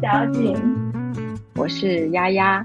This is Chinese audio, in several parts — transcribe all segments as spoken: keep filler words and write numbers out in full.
小景， 我是丫丫。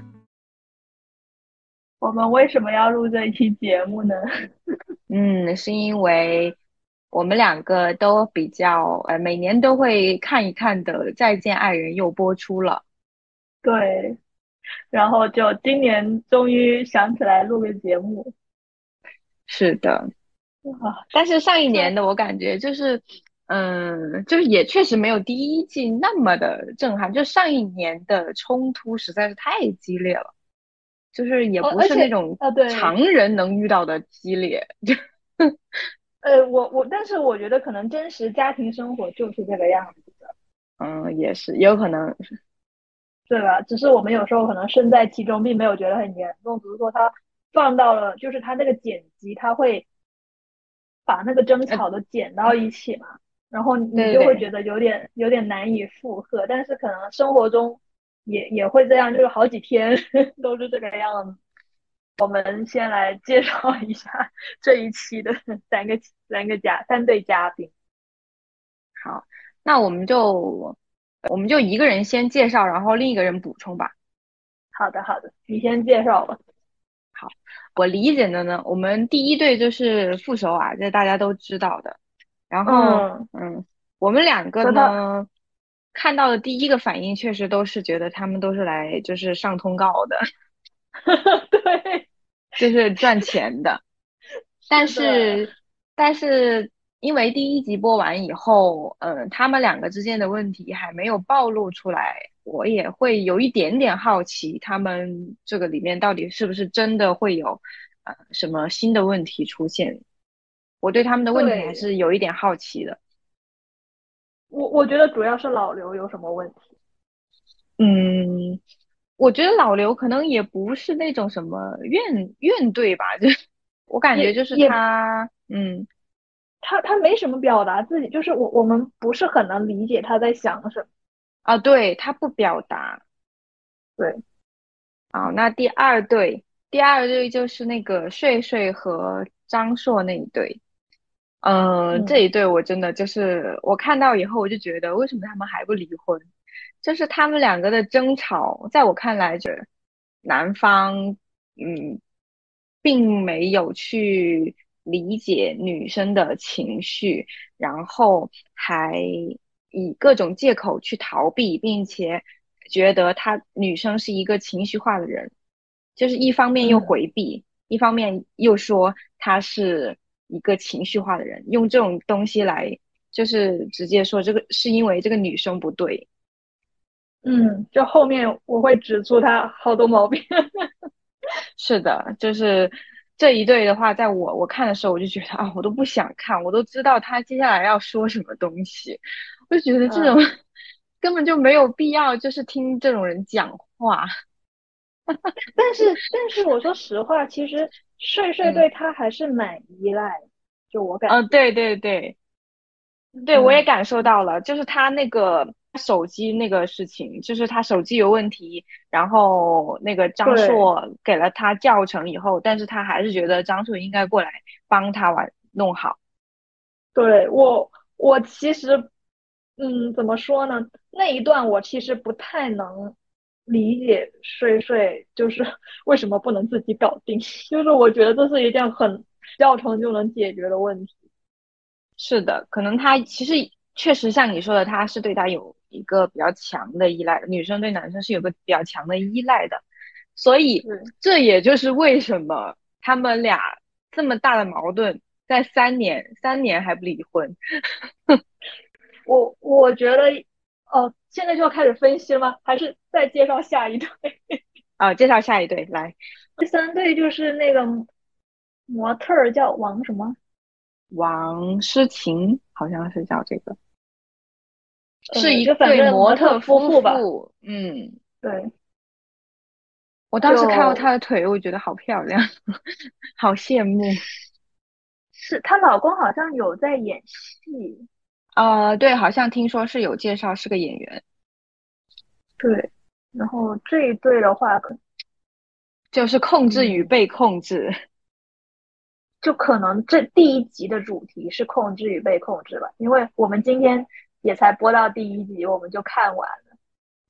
我们为什么要录这一期节目呢？ 嗯，是因为我们两个都比较呃，每年都会看一看的《再见爱人》又播出了。 对，然后就今年终于想起来录个节目是的， 啊。 但是上一年这的我感觉就是，嗯，就是也确实没有第一季那么的震撼。就上一年的冲突实在是太激烈了，就是也哦， 不而且是那种啊，对， 常人能遇到的激烈。就呃，我我，但是我觉得可能真实家庭生活就是这个样子的， 嗯，也是也有可能。 对吧？只是我们有时候可能身在其中，并没有觉得很严重，只是说它放到了，就是它那个剪辑，它会把那个争呃， 吵都剪到一起嘛，然后你对对对。 就会觉得有点有点难以负荷，但是可能生活中也也会这样，就是好几天都是这个样子。我们先来介绍一下这一期的三个三个嘉三对嘉宾。 好，那我们就我们就一个人先介绍，然后另一个人补充吧。 好的好的，你先介绍吧。 我理解的呢，我们第一对就是副手啊，这大家都知道的。然后， 嗯， 嗯，我们两个和他呢，看到的第一个反应确实都是觉得他们都是来就是上通告的， 对， 就是赚钱的。但是的， 是，但是因为第一集播完以后，嗯，他们两个之间的问题还没有暴露出来，我也会有一点点好奇，他们这个里面到底是不是真的会有呃什么新的问题出现？我对他们的问题还对， 是有一点好奇的。 我我觉得主要是老刘有什么问题。 嗯，我觉得老刘可能也不是那种什么怨怨怼吧，就是我感觉就是也也他，嗯。 他他没什么表达自己，就是我我们不是很能理解他在想什么。 啊，对，他不表达。 对， 好，那第二对，第二对就是那个睡睡和张硕那一对。嗯，这嗯， 一对我真的就是我看到以后我就觉得，为什么他们还不离婚？就是他们两个的争吵，在我看来，就是男方嗯，并没有去理解女生的情绪，然后还以各种借口去逃避，并且觉得她女生是一个情绪化的人，就是一方面又嗯， 回避，一方面又说她是一个情绪化的人，用这种东西来就是直接说这个是因为这个女生不对。 嗯，就后面我会指出他好多毛病。 是的，就是这一对的话，在我我看的时候，我就觉得啊，我都不想看，我都知道他接下来要说什么东西，我就觉得这种嗯， 根本就没有必要，就是听这种人讲话。 但是但是我说实话，其实睡睡嗯， 对他还是蛮依赖的，就我感呃， 觉。 对对对对，我也嗯， 感受到了，就是他那个手机那个事情，就是他手机有问题，然后那个张对硕给了他教程以后，但是他还是觉得张硕应该过来帮他完弄好。 对，我我其实嗯怎么说呢？那一段我其实不太能理解睡睡就是为什么不能自己搞定，就是我觉得这是一件很教程就能解决的问题。 是的，可能他其实确实像你说的，他是对他有一个比较强的依赖的，女生对男生是有个比较强的依赖的，所以对， 这也就是为什么他们俩这么大的矛盾，在三年三年还不离婚。 我我觉得哦，现在就要开始分析了吗？还是再介绍下一对？ 啊、介绍下一对来。 第三对就是那个模特儿叫王什么？ 王诗晴好像是叫这个，是呃，就反一对正模特模特夫夫妇吧。 妇。嗯， 对， 我当时看到她就的腿，我觉得好漂亮，好羡慕。 是她老公好像有在演戏。 呃，对，好像听说是有介绍是个演员。 对，然后这一对的话，可就是控制与嗯， 被控制。 就可能这第一集的主题是控制与被控制吧，因为我们今天也才播到第一集，我们就看完了。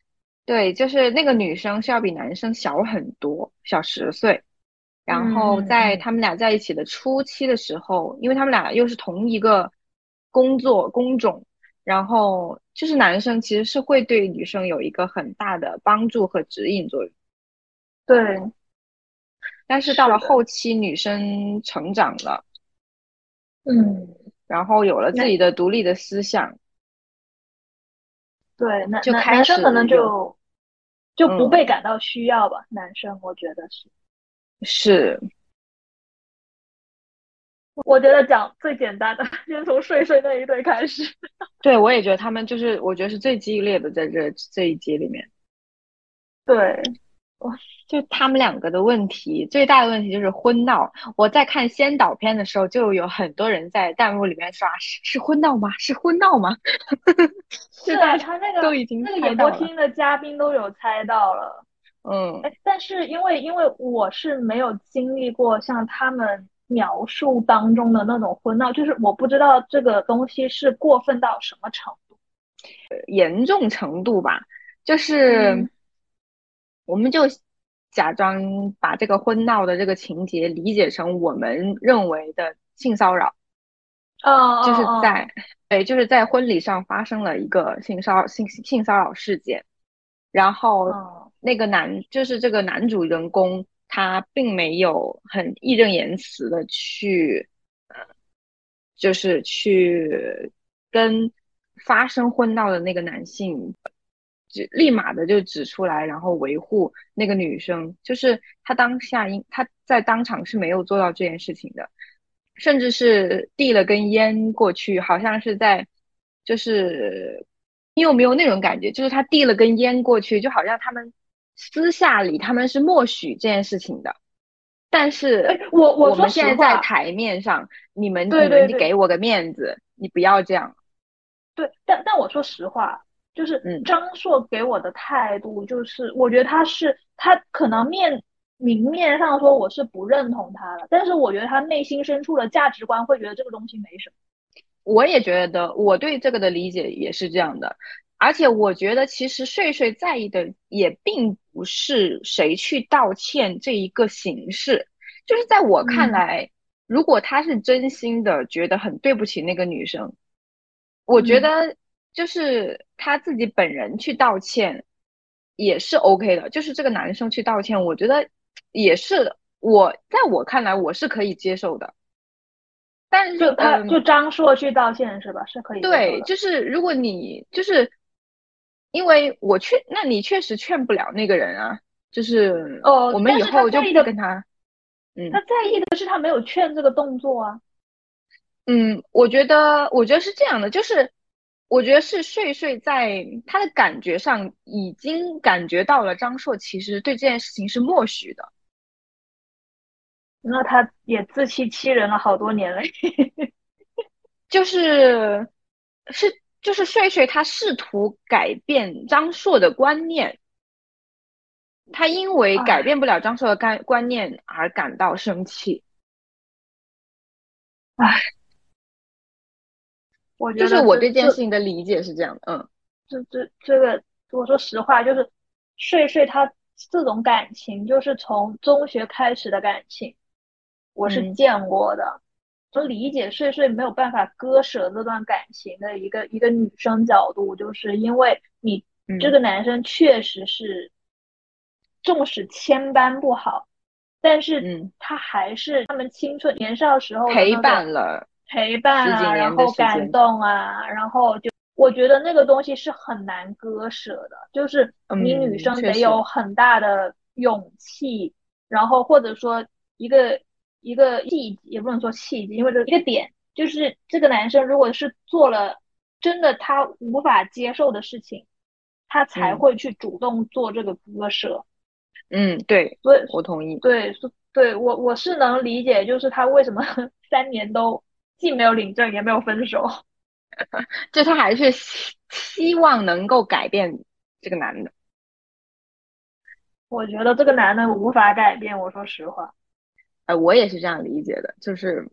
对，就是那个女生是要比男生小很多，小十岁。然嗯后嗯嗯， 在他们俩在一起的初期的时候，因为他们俩又是同一个工作工种，然后就是男生其实是会对女生有一个很大的帮助和指引作用。 对， 但是到了是的， 后期，女生成长了， 嗯， 然后有了自那己的独立的思想， 对男就开男男生可能始有， 就就不被嗯， 感到需要吧，男生我觉得是。 是， 我觉得讲最简单的，先从睡睡那一对开始。 对，我也觉得他们就是，我觉得是最激烈的在这这一集里面。 对， 就他们两个的问题，最大的问题就是婚闹。我在看先导片的时候，就有很多人在弹幕里面刷是是婚闹吗？是婚闹吗？就是啊， 大家他那个都已经那个演播猜到了。 厅的嘉宾都有猜到了。 嗯， 哎，但是因为因为我是没有经历过像他们描述当中的那种婚闹，就是我不知道这个东西是过分到什么程度。 严重程度吧，就是嗯， 我们就假装把这个婚闹的这个情节理解成我们认为的性骚扰。 哦就是在， 哦对，就是在婚礼上发生了一个性骚扰性性骚扰事件，然后哦那个男就是这个男主人公，他并没有很义正言辞的去，呃，就是去跟发生婚闹的那个男性，就立马的就指出来，然后维护那个女生，就是他当下应他在当场是没有做到这件事情的。甚至是递了根烟过去，好像是在，就是你有没有那种感觉？就是他递了根烟过去，就好像他们私下里他们是默许这件事情的，但哎， 是我我说我们现实话， 在在台面上，你们你们对对对， 给我个面子，你不要这样。 对，但但我说实话，就是嗯， 张硕给我的态度，就是我觉得他是他可能面明面上说我是不认同他了，但是我觉得他内心深处的价值观会觉得这个东西没什么。 我也觉得我对这个的理解也是这样的，而且我觉得其实睡睡在意的也并不是谁去道歉这一个形式，就是在我看嗯来，如果他是真心的觉得很对不起那个女生，我觉嗯得就是他自己本人去道歉也是 OK 的，就是这个男生去道歉，我觉得也是我在我看来我是可以接受的，但是就他就嗯。 张硕去道歉是吧？是可以接受对， 的。 就是如果你就是因为我确，那你确实劝不了那个人啊。就是我哦， 们以但是他后就在意的， 不跟他，嗯他在意的是他没有劝这个动作啊。 嗯，我觉得我觉得是这样的，就是我觉得是睡睡在他的感觉上已经感觉到了张硕其实对这件事情是默许的。 那他也自欺欺人了好多年了。 就是是就是睡睡他试图改变张硕的观念，他因为改唉变不了张硕的观观念而感到生气。 唉，我就觉得是我对这件事这这情的理解是这样的。嗯这这这个，我说实话，就是睡睡他这种感情，就是从中学开始的感情，我是嗯见过的。我理解睡睡没有办法割舍这段感情的一个一个女生角度，就是因为你这嗯个男生确实是，纵使千般不好，但是嗯， 他还是他们青春年少时候的陪那种伴了陪伴啊，然十几年的后感时间。 动啊，然后就我觉得那个东西是很难割舍的，就是你女嗯， 生得有确实。 很大的勇气，然后或者说一个一个契机，也不能说契机，因为这一个点就是这个男生如果是做了真的他无法接受的事情，他才嗯会去主动做这个割舍。 嗯，对， 所以， 我同意。 对，是，对，我我是能理解，就是他为什么三年都既没有领证也没有分手。 就他还是希希望能够改变这个男的。 我觉得这个男的无法改变，我说实话。 呃，我也是这样理解的，就是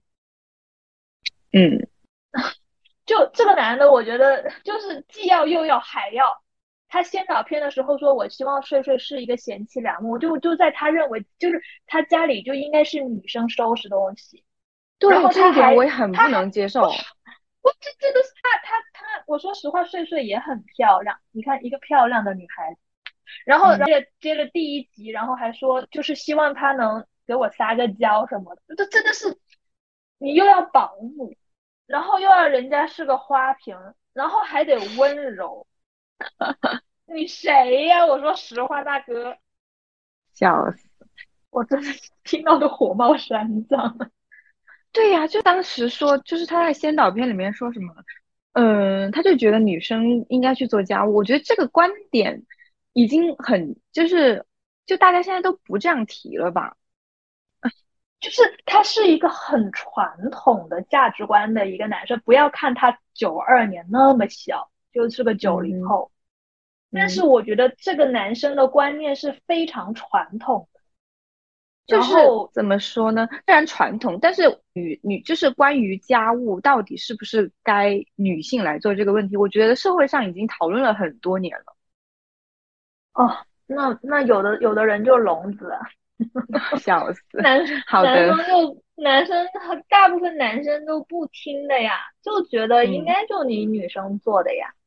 嗯就这个男的，我觉得就是既要又要还要， 他先导片的时候说，我希望睡睡是一个贤妻良母，就就在他认为就是他家里就应该是女生收拾东西，然对，这一点后他还我也很不他还能接受。 不，这这都是他他他，我说实话，睡睡也很漂亮，你看一个漂亮的女孩子，然后然嗯， 后接接着第一集，然后还说就是希望他能给我撒个娇什么的，这真的是你又要保姆，然后又要人家是个花瓶，然后还得温柔，你谁呀？我说实话，大哥， 笑死。 我真的是听到都火冒三丈。 对呀，就当时说，就是他在先导片里面说什么，嗯，他就觉得女生应该去做家务。我觉得这个观点已经很，就是就大家现在都不这样提了吧？ 就是他是一个很传统的价值观的一个男生，不要看他九二年那么小，就是个九嗯哼。 零后，但是嗯， 我觉得这个男生的观念是非常传统的。 就是然后怎么说呢？虽然传统，但是女女就是关于家务到底是不是该女性来做这个问题，我觉得社会上已经讨论了很多年了。 哦，那那有的有的人就聋子啊， 笑死。 男男好的。 生就男生大部分男生都不听的呀，就觉得应嗯， 该就你女生做的呀。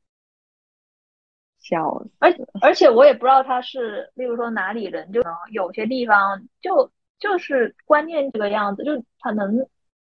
笑而死。 而且我也不知道他是，例如说哪里人，就可能有些地方就就是观念这个样子，就可能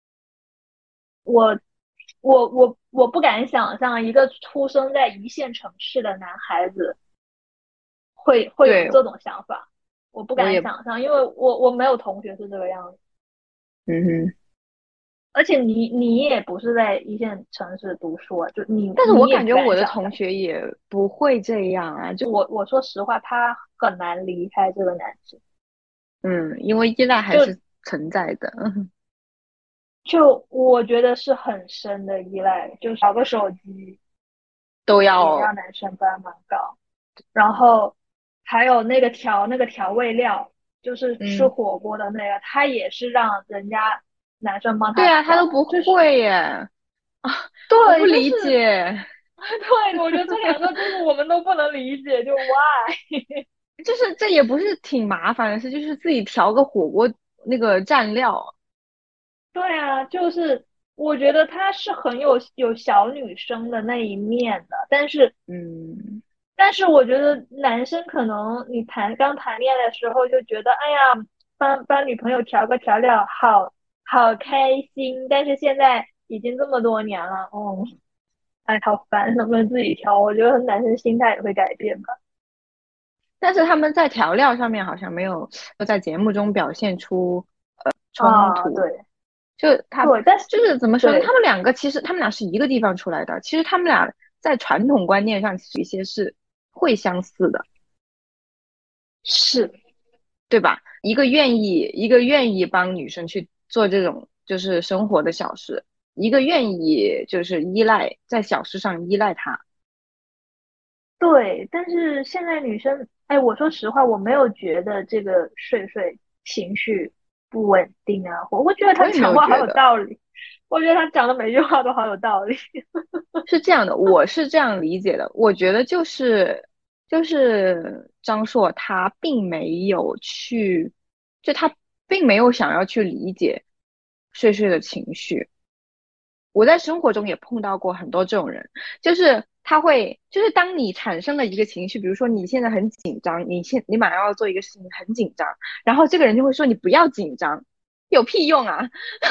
我我我我不敢想象一个出生在一线城市的男孩子会会有对， 这种想法，我不我也。 敢想象，因为我我没有同学是这个样子， 嗯哼。 而且你你也不是在一线城市读书啊，就你但是我你也不感觉我的敢想象。 同学也不会这样啊，就我我说实话，他很难离开这个男生。 嗯，因为依赖还就是存在的。嗯， 就我觉得是很深的依赖，就少个手机都要。 也要男生帮忙搞，然后还有那个调那个调味料，就是吃嗯， 火锅的那个，他也是让人家男生帮对啊，他都他调， 不就是会耶。啊，我不对，就理是解。 对，我觉得这两个就是我们都不能理解，就 why？ 就是这也不是挺麻烦的事，就是自己调个火锅那个蘸料。 对啊，就是我觉得他是很有有小女生的那一面的，但是嗯， 但是我觉得男生可能你谈刚谈恋爱的时候就觉得，哎呀，帮帮女朋友调个调料，好好开心。但是现在已经这么多年了，哦，哎，好烦，能不能自己调？我觉得男生心态也会改变吧。 但是他们在调料上面好像没有在节目中表现出冲啊， 突。 对就他对，但是就是怎么说呢？他对们两个其实他们俩是一个地方出来的，其实他们俩在传统观念上其实有一些是会相似的， 是， 对吧？一个愿意一个愿意帮女生去做这种就是生活的小事，一个愿意就是依赖在小事上依赖他。 对，但是现在女生，哎，我说实话，我没有觉得这个睡睡情绪不稳定啊，我会觉得他我也没讲话好有有觉得。 道理，我觉得他讲的每句话都好有道理。 是这样的，我是这样理解的。我觉得就是就是张硕他并没有去，就他并没有想要去理解睡睡的情绪。我在生活中也碰到过很多这种人，就是他会，就是当你产生了一个情绪，比如说你现在很紧张，你现你马上要做一个事情很紧张，然后这个人就会说你不要紧张，有屁用啊！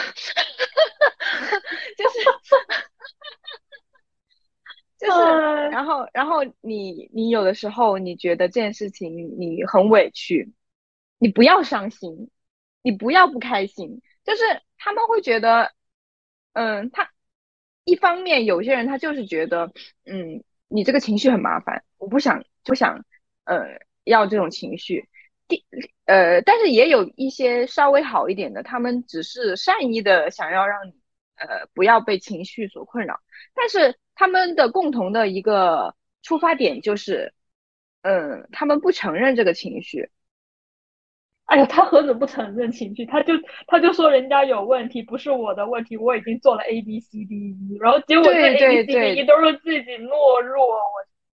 就是就是， 嗯， 然后，然后你你有的时候你觉得这件事情你很委屈，你不要伤心，你不要不开心，就是他们会觉得，嗯，他一方面有些人他就是觉得，嗯，你这个情绪很麻烦，我不想不想，呃，要这种情绪。第呃，但是也有一些稍微好一点的，他们只是善意的想要让你呃不要被情绪所困扰。但是他们的共同的一个出发点就是，嗯，他们不承认这个情绪。 哎呀，他何止不承认情绪，他就他就说人家有问题，不是我的问题，我已经做了 A B C D E，然后结果这对 A B 对 C D E 对， 都是自己懦弱，我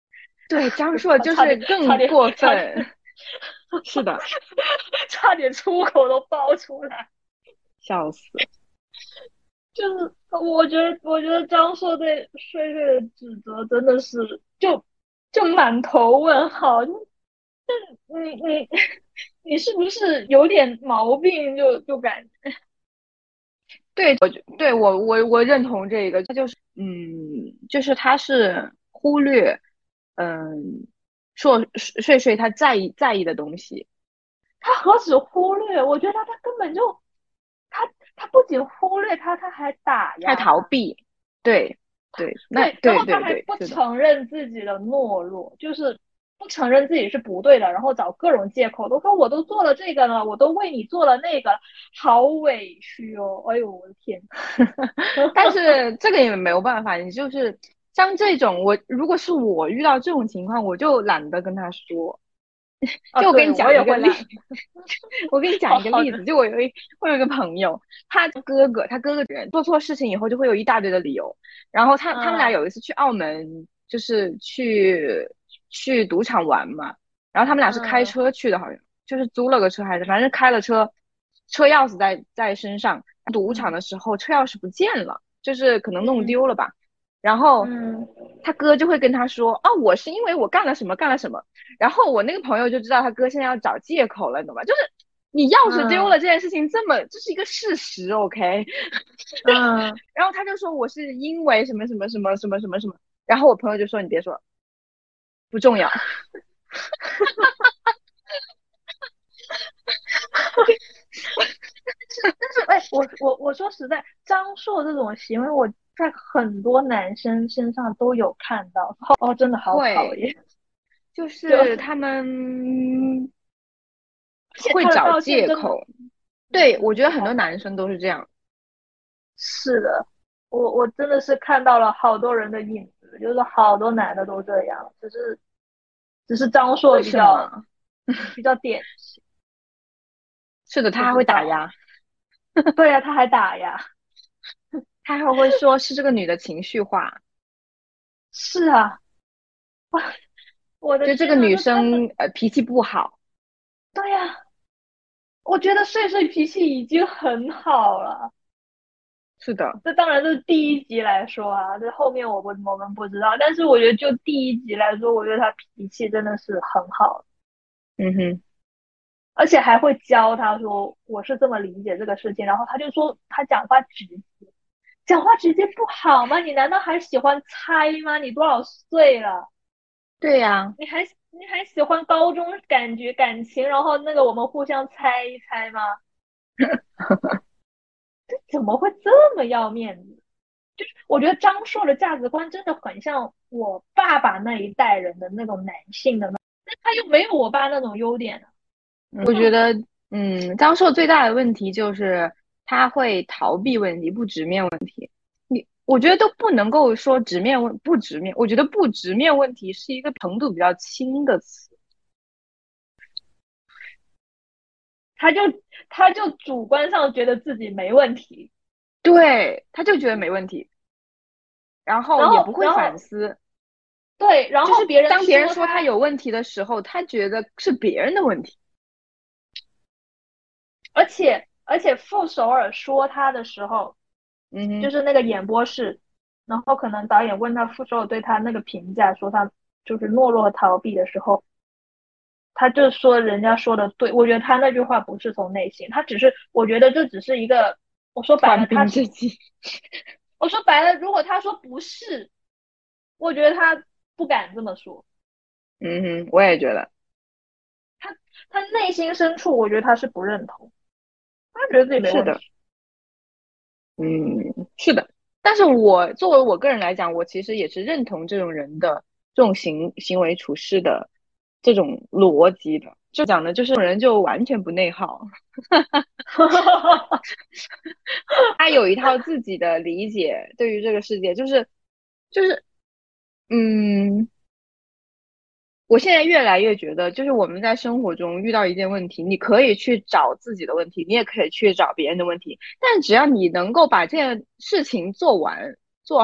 对，张硕就差点是差点更过差点分。是的， 差点出口都爆出来。 笑死。 就是我觉得，我觉得张硕对睡睡的指责真的是就就满头问号。就你你你是不是有点毛病？就就感觉对，我对我我我认同这个，他就是嗯，就是他是忽略嗯，说睡睡他在意在意的东西。 他何止忽略，我觉得他根本就他他不仅忽略他，他还打还压他。 逃避。对对，那对，然后他对对对， 还不是的。 承认自己的懦弱，就是不承认自己是不对的，然后找各种借口，都说我都做了这个了，我都为你做了那个，好委屈哦！哎呦，我的天！ 但是这个也没有办法，你就是像这种，我如果是我遇到这种情况，我就懒得跟他说。 啊，对， 就我跟你我讲一个例， 也会懒。 我跟你讲好好的。 一个例子，就我有一我有一个朋友，他哥哥他哥哥人做错事情以后就会有一大堆的理由，然后他他们俩嗯有一次去澳门，就是去去赌场玩嘛，然后他们俩是开嗯车去的，好像就是租了个车还是反正开了车，车钥匙在在身上，赌场嗯的时候车钥匙不见了，就是可能弄嗯丢了吧。然后嗯他哥就会跟他说啊，我是因为我干了什么干了什么，然后我那个朋友就知道他哥现在要找借口了，你懂吗？就是你钥匙丢了嗯这件事情，这么这是一个事实，OK？ 嗯， 然后他就说我是因为什么什么什么什么什么什么，然后我朋友就说你别说，不重要。 但是哎，我我我说实在，张硕这种行为，我在很多男生身上都有看到，哦，真的好讨会， 厌。 就就是他们而且他的会找道歉真的， 借口。对，我嗯， 觉得很多不好吧？ 男生都是这样。 是的，我我真的是看到了好多人的影子，就是好多男的都这样，只是只是张硕为比较什么？ 比较典型。 是的，他不还会打知道。 压， 对呀、他还打呀。 他还会说是这个女的情绪化。 是啊。哇，我的就这个天呐， 女那他们， 生呃脾气不好。 对呀、我觉得睡睡脾气已经很好了。 是的。 这当然是第一集来说啊，这后面我不我们不知道，但是我觉得就第一集来说，我觉得他脾气真的是很好， 嗯哼。 而且还会教他说我是这么理解这个事情，然后他就说他讲话直接，讲话直接不好吗？你难道还喜欢猜吗？你多少岁了？ 对呀。 你还你还喜欢高中感觉感情，然后那个我们互相猜一猜吗？这怎么会这么要面子？就是我觉得张硕的价值观真的很像我爸爸那一代人的那种男性的那，但他又没有我爸那种优点啊。 我觉得，嗯，张硕最大的问题就是他会逃避问题，不直面问题。你，我觉得都不能够说直面问，不直面。我觉得不直面问题是一个程度比较轻的词。 他就他就主观上觉得自己没问题， 对，他就觉得没问题，然后然也不会后然后反思。 对，然就是后别人当别人说他， 说他有问题的时候，他觉得是别人的问题。 而且而且傅首尔说他的时候， 嗯哼。 就是那个演播室，然后可能导演问他傅首尔对他那个评价，说他就是懦弱和逃避的时候，他就说人家说的对，我觉得他那句话不是从内心，他只是我觉得这只是一个，我说白了， 缓他兵之计。 我说白了，如果他说不是，我觉得他不敢这么说， 嗯哼，我也觉得。 他他内心深处，我觉得他是不认同，他觉得自己没是的。 问题。 嗯，是的。但是我作为我个人来讲，我其实也是认同这种人的这种行行为处事的这种逻辑的。就讲的就是这种人就完全不内耗，他有一套自己的理解对于这个世界，就是就是嗯，我现在越来越觉得，就是我们在生活中遇到一件问题，你可以去找自己的问题，你也可以去找别人的问题，但只要你能够把这件事情做完做好，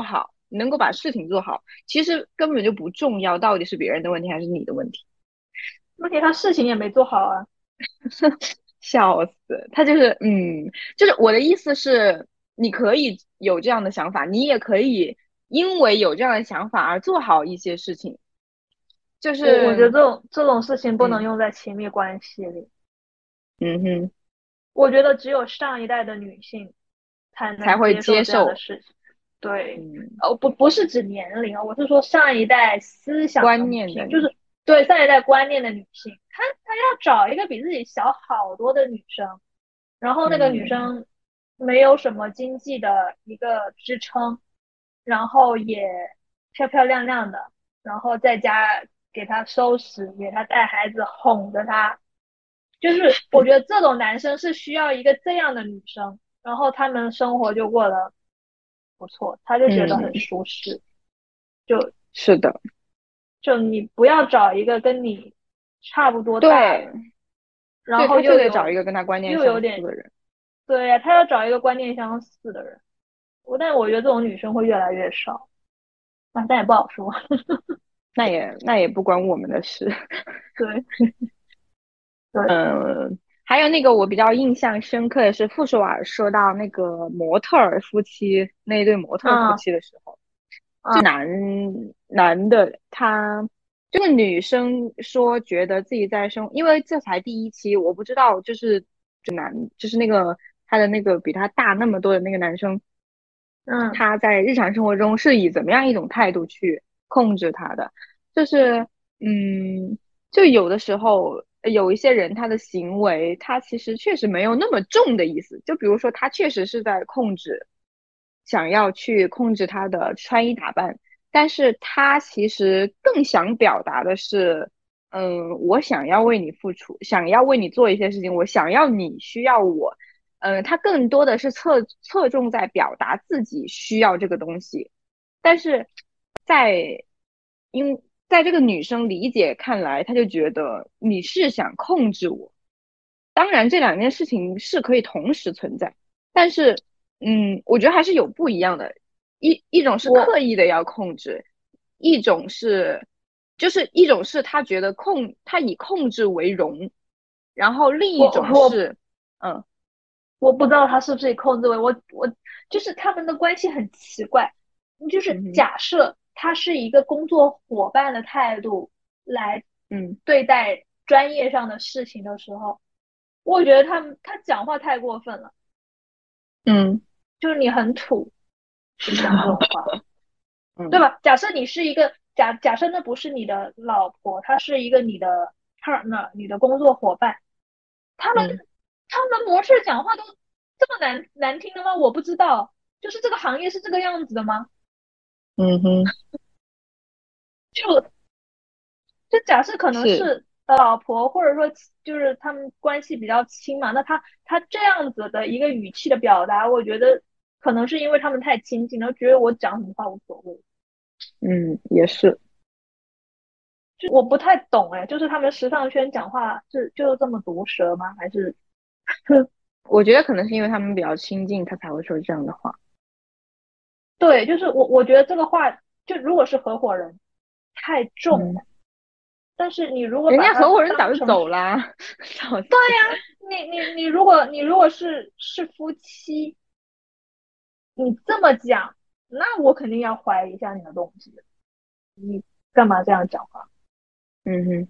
你能够把事情做好，其实根本就不重要，到底是别人的问题还是你的问题。 问题他事情也没做好啊。 笑死，他就是嗯，就是我的意思是，你可以有这样的想法，你也可以因为有这样的想法而做好一些事情。就我我觉得是这种这种事情不能嗯用在亲密关系里。 嗯哼， 我觉得只有上一代的女性才能才会接受这样的接受事情。对， 嗯呃，不不是指年龄啊，我是说上一代思想的观女性，就念的你， 是对上一代观念的女性，她她要找一个比自己小好多的女生，然后那个女嗯生没有什么经济的一个支撑，然后也漂漂亮亮的，然后在家给她收拾，给她带孩子，哄着她。就是我觉得这种男生是需要一个这样的女生，然后他们生活就过得不错，他就觉得很嗯， 舒适。就是的， 就你不要找一个跟你差不多大对的，然对， 后他就得找一又有个跟他观念又有点， 相似的人。 对呀，他要找一个观念相似的人。我但我觉得这种女生会越来越少啊，但也不好说。 那也那也不关我们的事。 对对。 嗯，还有那个我比较印象深刻的是傅首尔说到那个模特儿夫妻那一对模特儿夫嗯妻的时候， 嗯男男的他这个女生说觉得自己在生，因为这才第一期，我不知道就是就男就是那个他的那个比他大那么多的那个男生， 嗯。 他在日常生活中是以怎么样一种态度去控制他的，就是嗯。就有的时候呃有一些人他的行为，他其实确实没有那么重的意思。就比如说，他确实是在控制，想要去控制他的穿衣打扮，但是他其实更想表达的是，嗯，我想要为你付出，想要为你做一些事情，我想要你需要我。嗯，他更多的是侧侧重在表达自己需要这个东西，但是在因在这个女生理解看来，她就觉得你是想控制我。当然，这两件事情是可以同时存在，但是，嗯，我觉得还是有不一样的。一一种是我刻意的要控制，一种是就是一种是他觉得控他以控制为荣，然后另我一种我是，嗯我不知道他是不是以控制为我我就是他们的关系很奇怪。就是嗯哼假设他是一个工作伙伴的态度来嗯对待专业上的事情的时候，我觉得他们他讲话太过分了。 嗯就是你很土，就讲这种话，对嗯吧？假设你是一个假假设那不是你的老婆，她是一个你的 partner，你的工作伙伴，他们嗯他们模式讲话都这么难难听的吗？我不知道，就是这个行业是这个样子的吗？ 嗯哼， 就就假设可能是。 是老婆，或者说就是他们关系比较亲嘛，那他他这样子的一个语气的表达，我觉得可能是因为他们太亲近了，觉得我讲什么话无所谓。 嗯，也是。 就我不太懂哎，就是他们时尚圈讲话是就是这么毒舌吗？还是我觉得可能是因为他们比较亲近，他才会说这样的话。 对，就是我我觉得这个话就如果是合伙人太重嗯， 了，但是你如果把它人家合伙人早就当成是走啦，笑死。 你你你如果你如果是是夫妻，你这么讲，那我肯定要怀疑一下你的东西。你干嘛这样讲话？ 嗯哼，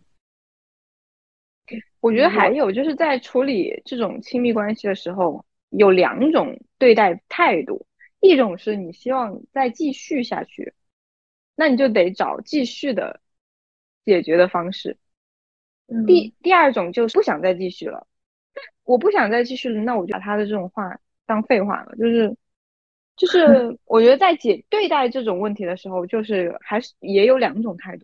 我觉得还我有就是在处理这种亲密关系的时候，有两种对待态度，一种是你希望再继续下去，那你就得找继续的解决的方式。 嗯第第二种就是不想再继续了，我不想再继续了，那我就把他的这种话当废话了，就是就是我觉得在解对待这种问题的时候，就是还是也有两种态度。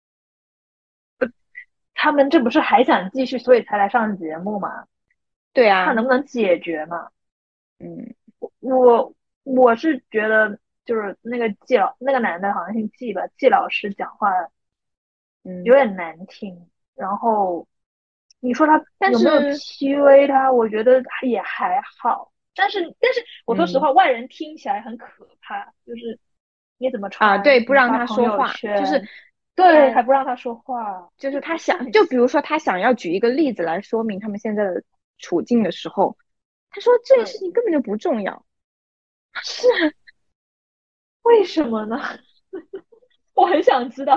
他们这不是还想继续，所以才来上节目吗？ 对啊， 看能不能解决嘛。 嗯我我是觉得就是那个季老那个男的好像姓季吧，季老师讲话有嗯， 点难听。然后你说他但有没有是 P U A 他？我觉得也还好。但是但是我说实嗯话，外人听起来很可怕，就是你怎么啊， 传， 对，不让他怎么发朋说话， 友圈， 就是对， 他还不让他说话， 就是就他想， 就是很就比如说他想要举一个例子来说明他们现在的处境的时候，他说这件事对， 情根本就不重要。 是为什么呢？我很想知道。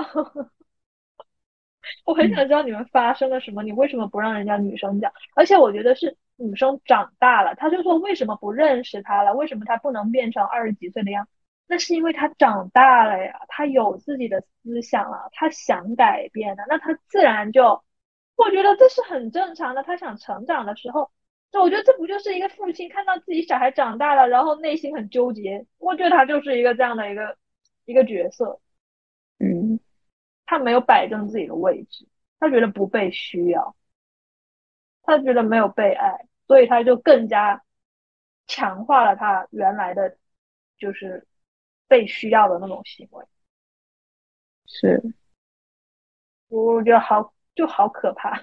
我很想嗯知道你们发生了什么，你为什么不让人家女生讲？而且我觉得是女生长大了，她就说为什么不认识他了？为什么他不能变成二十几岁的样？那是因为他长大了呀，他有自己的思想了，他想改变的，那他自然就，我觉得这是很正常的。他想成长的时候，那我觉得这不就是一个父亲看到自己小孩长大了，然后内心很纠结？我觉得他就是一个这样的一个一个角色。 嗯， 他没有摆正自己的位置，他觉得不被需要，他觉得没有被爱，所以他就更加强化了他原来的就是被需要的那种行为。 是。 我觉得好就好可怕。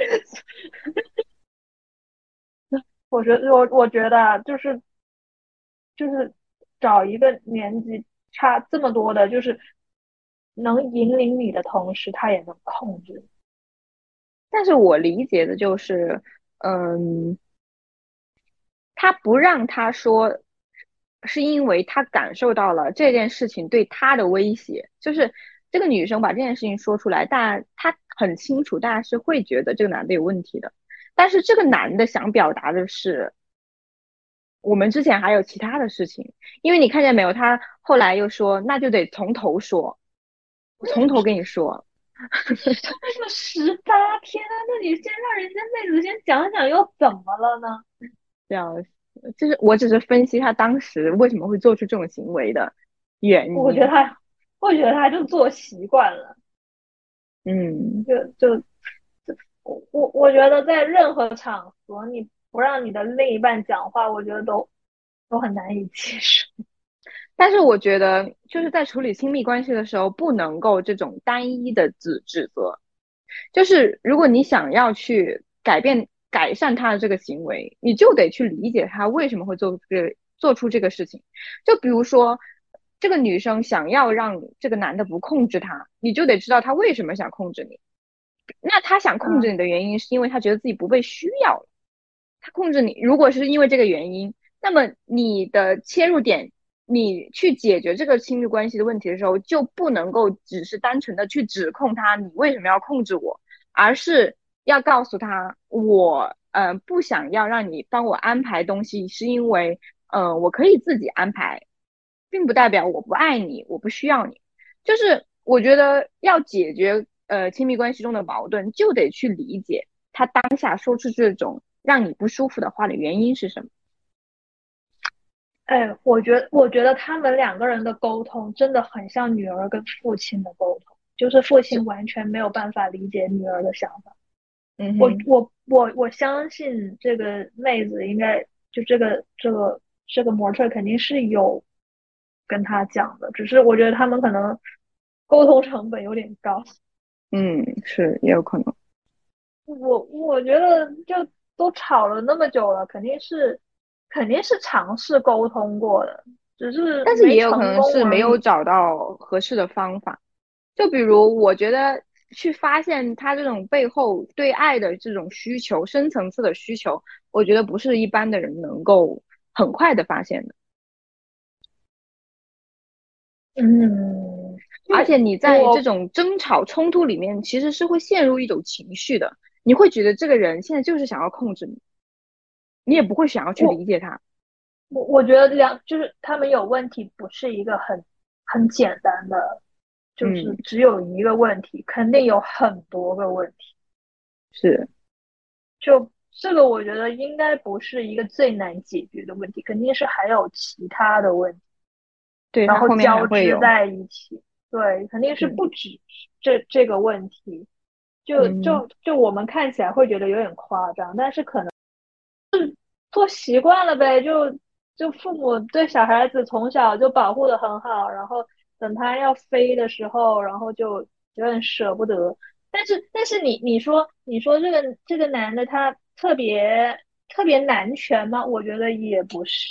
我觉得我我觉得啊就是就是找一个年纪差这么多的，就是能引领你的同时，他也能控制你。 但是我理解的就是，嗯，他不让他说，是因为他感受到了这件事情对他的威胁。就是这个女生把这件事情说出来，但她很清楚，大家是会觉得这个男的有问题的。但是这个男的想表达的是，我们之前还有其他的事情。因为你看见没有，他后来又说，那就得从头说，我从头跟你说。 那就十八天啊，那你先让人家妹子先讲讲又怎么了呢？ 这样，就是我只是分析他当时为什么会做出这种行为的原因。 我觉得他，我觉得他就做习惯了， 嗯， 就就我我我觉得在任何场合，你不让你的另一半讲话，我觉得都都很难以接受。 但是我觉得就是在处理亲密关系的时候，不能够这种单一的指指责。就是如果你想要去改变、改善他的这个行为，你就得去理解他为什么会做这个做出这个事情。就比如说，这个女生想要让这个男的不控制她，你就得知道他为什么想控制你。那他想控制嗯你的原因，是因为他觉得自己不被需要了。他控制你，如果是因为这个原因，那么你的切入点，你去解决这个亲密关系的问题的时候，就不能够只是单纯的去指控他，你为什么要控制我，而是要告诉他，我呃不想要让你帮我安排东西，是因为呃我可以自己安排，并不代表我不爱你，我不需要你。就是我觉得要解决呃亲密关系中的矛盾，就得去理解他当下说出这种让你不舒服的话的原因是什么。 哎，我觉得，我觉得他们两个人的沟通真的很像女儿跟父亲的沟通，就是父亲是， 完全没有办法理解女儿的想法。我嗯哼， 我我我相信这个妹子应该就这个这个这个模特肯定是有跟他讲的，只是我觉得他们可能沟通成本有点高。 嗯，是也有可能。 我我觉得就都吵了那么久了，肯定是肯定是尝试沟通过的，只是但是没也有可能成功是没有而已。 找到合适的方法。就比如，我觉得去发现他这种背后对爱的这种需求，深层次的需求，我觉得不是一般的人能够很快的发现的。 嗯， 而且就你在这我种争吵冲突里面，其实是会陷入一种情绪的。你会觉得这个人现在就是想要控制你，你也不会想要去我理解他。 我我觉得两就是他们有问题，不是一个很很简单的，就是嗯， 只有一个问题，肯定有很多个问题。 是， 就这个，我觉得应该不是一个最难解决的问题，肯定是还有其他的问题。 对，他后面还然后交会有。 织在一起，对，肯定是是， 不止这这个问题，就嗯， 就就我们看起来会觉得有点夸张，但是可能做习惯了呗，就就父母对小孩子从小就保护的很好，然后等他要飞的时候，然后就有点舍不得。但是但是你你说你说这个这个男的他特别特别男权吗？我觉得也不是，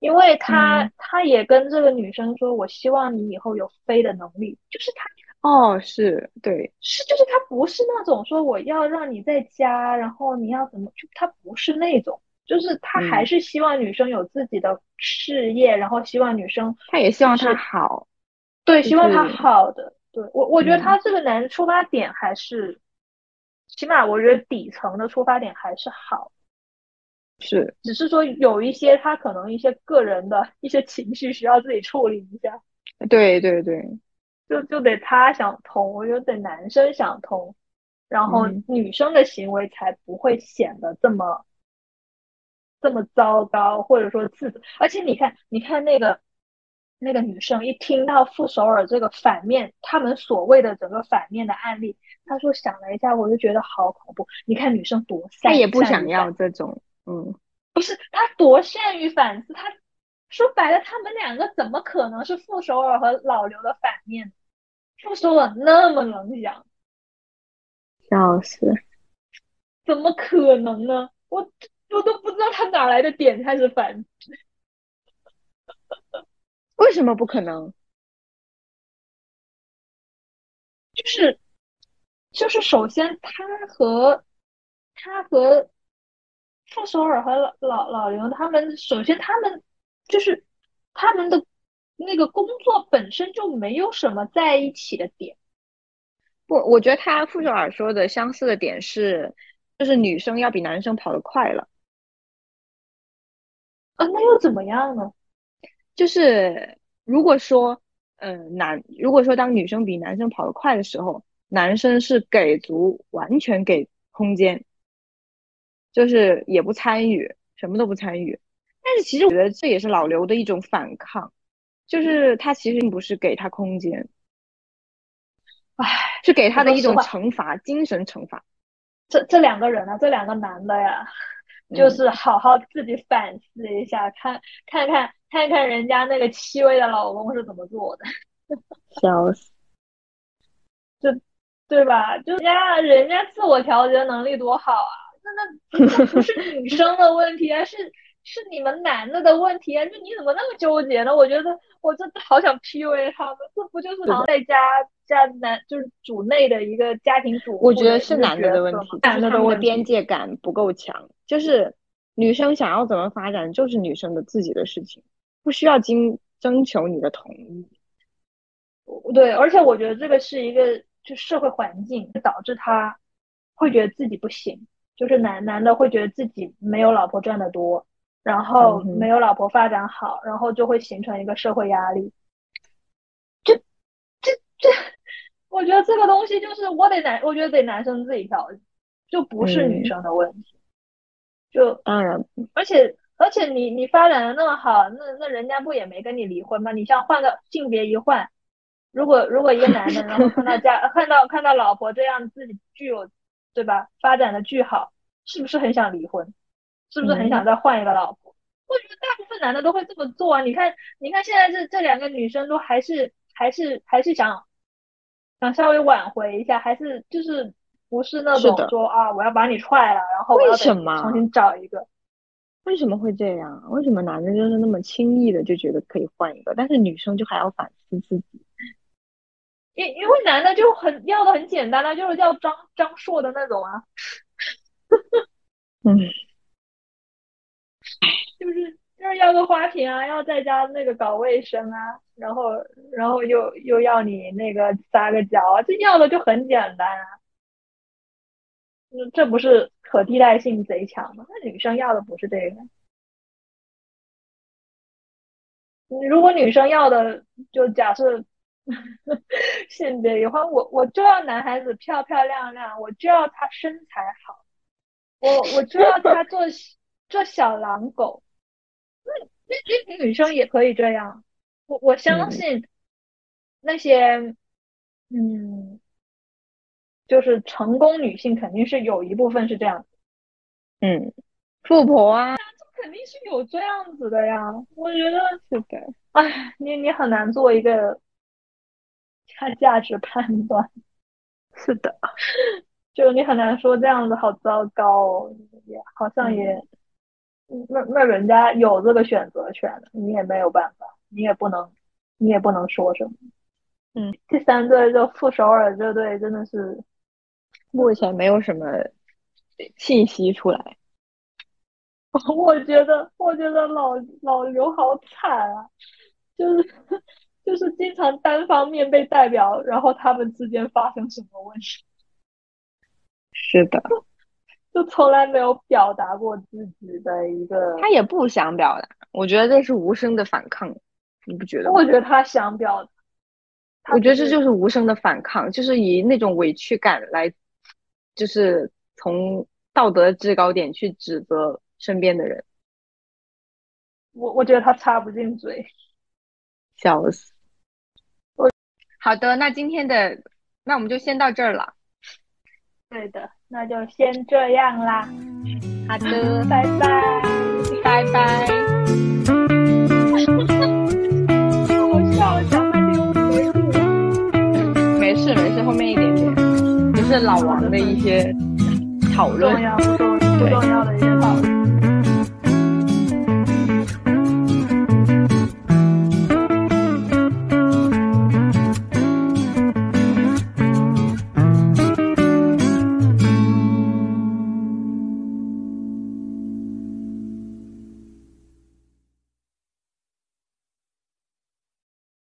因为他嗯， 他也跟这个女生说，我希望你以后有飞的能力，就是他哦，是，对， 是就是他不是那种说我要让你在家，然后你要怎么，就他不是那种，就是他还嗯， 是希望女生有自己的事业，然后希望女生他也希望他就是好， 对，希望他就是好的。对，我我觉得嗯， 他这个男的出发点还是，起码我觉得底层的出发点还是好， 是， 只是说有一些他可能一些个人的一些情绪需要自己处理一下。 对对对， 就就得他想通，我觉得得男生想通，然后嗯， 女生的行为才不会显得这么这么糟糕，或者说自责。而且你看，你看那个那个女生一听到傅首尔这个反面，他们所谓的整个反面的案例，她说想了一下，我就觉得好恐怖。你看女生多善他也不想要善于反， 这种，嗯， 她多善于反思，她说白了，他们两个怎么可能是傅首尔和老刘的反面？傅首尔那么能讲， 笑死， 怎么可能呢？我我都不知道他哪来的点开始反， 为什么不可能？ 就是就是首先他和他和傅首尔和老老老刘他们，首先他们就是他们的那个工作本身就没有什么在一起的点不，我觉得他傅首尔说的相似的点是，就是女生要比男生跑得快了。 啊，那又怎么样呢？ 就是如果说，呃，男如果说当女生比男生跑得快的时候，男生是给足完全给空间，就是也不参与，什么都不参与。但是其实我觉得这也是老刘的一种反抗，就是他其实并不是给他空间， 唉， 是给我他的一种说实话， 惩罚，精神惩罚。 这这两个人啊，这两个男的呀，就嗯， 是好好自己反思一下，看看看看看人家那个戚薇的老公是怎么做的。 笑死。 就对吧？就人家人家自我调节能力多好啊，那那不那不是女生的问题啊，是是你们男的的问题啊！就你怎么那么纠结呢？我觉得我真的好想 P U A 他们，这不就是是的， 常在家家男就是主内的一个家庭主我觉得妇的一个是男的角色吗？ 的问题，就是男的他们的边的问题。 界感不够强，就是女生想要怎么发展，就是女生的自己的事情，不需要经征求你的同意。 对，而且我觉得这个是一个就社会环境导致他会觉得自己不行，就是男男的会觉得自己没有老婆赚的多，然后没嗯哼， 有老婆发展好，然后就会形成一个社会压力。我觉得这个东西就是我得男，我觉得得男生自己调节，就不是女嗯， 生的问题。就当然， 而且而且你你发展的那么好，那那人家不也没跟你离婚吗？你像换个性别一换，如果如果一个男的，然后看到家看到看到老婆这样自己具有，对吧？发展的巨好，是不是很想离婚？是不是很嗯， 想再换一个老婆？我觉得大部分男的都会这么做啊。你看，你看现在这这两个女生都还是还是还是想想稍微挽回一下，还是就是不是那是的。 种说啊我要把你踹了，然后我要等为什你重新么？ 找一个。 为什么会这样？为什么男的就是那么轻易的就觉得可以换一个，但是女生就还要反思自己？ 因因为男的就很要的很简单啊，就是要张张硕的那种啊， 嗯， 就是就是要个花瓶啊，要在家那个搞卫生啊，然后然后又又要你那个撒个娇啊，这要的就很简单啊，嗯这不是可替代性贼强吗？那女生要的不是这个，如果女生要的就假设性别的话，我我就要男孩子漂漂亮亮，我就要他身材好，我我就要他做做小狼狗。那女生也可以这样，我我相嗯， 信那些嗯，就是成功女性肯定是有一部分是这样， 嗯，富婆啊， 肯定是有这样子的呀。我觉得， 是的， 哎，你你很难做一个价价值判断， 是的， 就你很难说这样子好糟糕哦，也好像嗯， 也那那人家有这个选择权，你也没有办法，你也不能，你也不能说什么。 嗯， 第三队就富首尔这队真的是， 目前没有什么信息出来。 我觉得我觉得老老刘好惨啊，就是就是经常单方面被代表，然后他们之间发生什么问题， 是的， 就从来没有表达过自己的一个。 他也不想表达，我觉得这是无声的反抗，你不觉得吗？ 我觉得他想表达， 我觉得这就是无声的反抗，就是以那种委屈感来，就是从道德制高点去指责身边的人。 我我觉得他插不进嘴。 笑死。好的，那今天的那我们就先到这儿了。 对的，那就先这样啦。 好的， 拜拜， 拜拜。 好笑，讲半天都结束了。 没事没事，后面一点点就是老王的一些讨论， 不重要不重不重要的一些讨论。